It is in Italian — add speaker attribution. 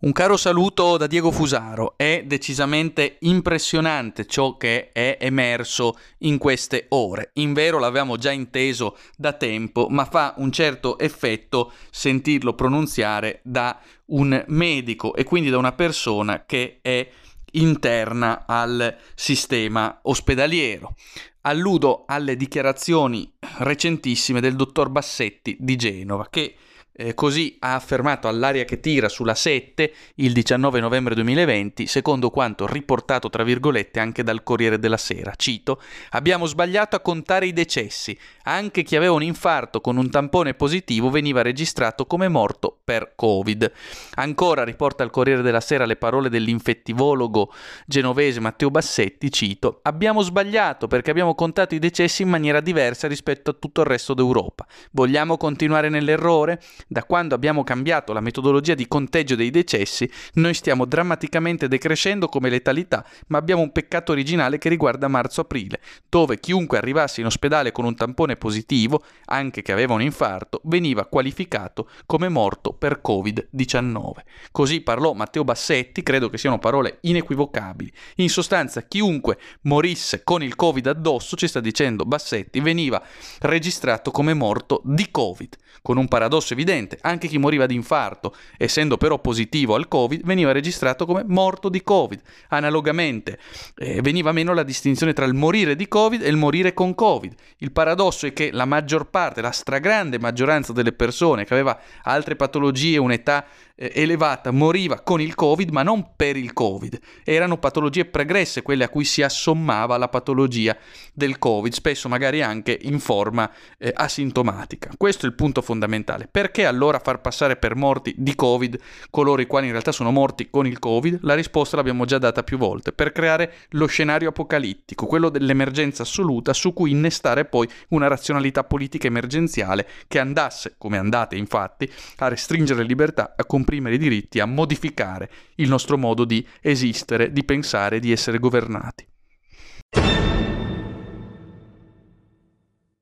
Speaker 1: Un caro saluto da Diego Fusaro. È decisamente impressionante ciò che è emerso in queste ore. Invero l'avevamo già inteso da tempo, ma fa un certo effetto sentirlo pronunziare da un medico e quindi da una persona che è interna al sistema ospedaliero. Alludo alle dichiarazioni recentissime del dottor Bassetti di Genova, che così ha affermato all'Aria che tira sulla 7 il 19 novembre 2020, secondo quanto riportato tra virgolette anche dal Corriere della Sera. Cito: abbiamo sbagliato a contare i decessi, anche chi aveva un infarto con un tampone positivo veniva registrato come morto per Covid. Ancora riporta il Corriere della Sera le parole dell'infettivologo genovese Matteo Bassetti, cito: abbiamo sbagliato perché abbiamo contato i decessi in maniera diversa rispetto a tutto il resto d'Europa. Vogliamo continuare nell'errore? Da quando abbiamo cambiato la metodologia di conteggio dei decessi, noi stiamo drammaticamente decrescendo come letalità, ma abbiamo un peccato originale che riguarda marzo-aprile, dove chiunque arrivasse in ospedale con un tampone positivo, anche che aveva un infarto, veniva qualificato come morto per Covid-19. Così parlò Matteo Bassetti, credo che siano parole inequivocabili. In sostanza, chiunque morisse con il Covid addosso, ci sta dicendo Bassetti, veniva registrato come morto di Covid, con un paradosso evidente. Anche chi moriva di infarto, essendo però positivo al Covid, veniva registrato come morto di Covid. Analogamente veniva meno la distinzione tra il morire di Covid e il morire con Covid. Il paradosso è che la maggior parte, la stragrande maggioranza delle persone che aveva altre patologie, un'età elevata, moriva con il Covid, ma non per il Covid. Erano patologie pregresse quelle a cui si assommava la patologia del Covid, spesso magari anche in forma asintomatica. Questo è il punto fondamentale. Perché allora far passare per morti di Covid coloro i quali in realtà sono morti con il Covid? La risposta l'abbiamo già data più volte: per creare lo scenario apocalittico, quello dell'emergenza assoluta su cui innestare poi una razionalità politica emergenziale che andasse, come andate infatti, a restringere le libertà, a comprimere i diritti, a modificare il nostro modo di esistere, di pensare, di essere governati.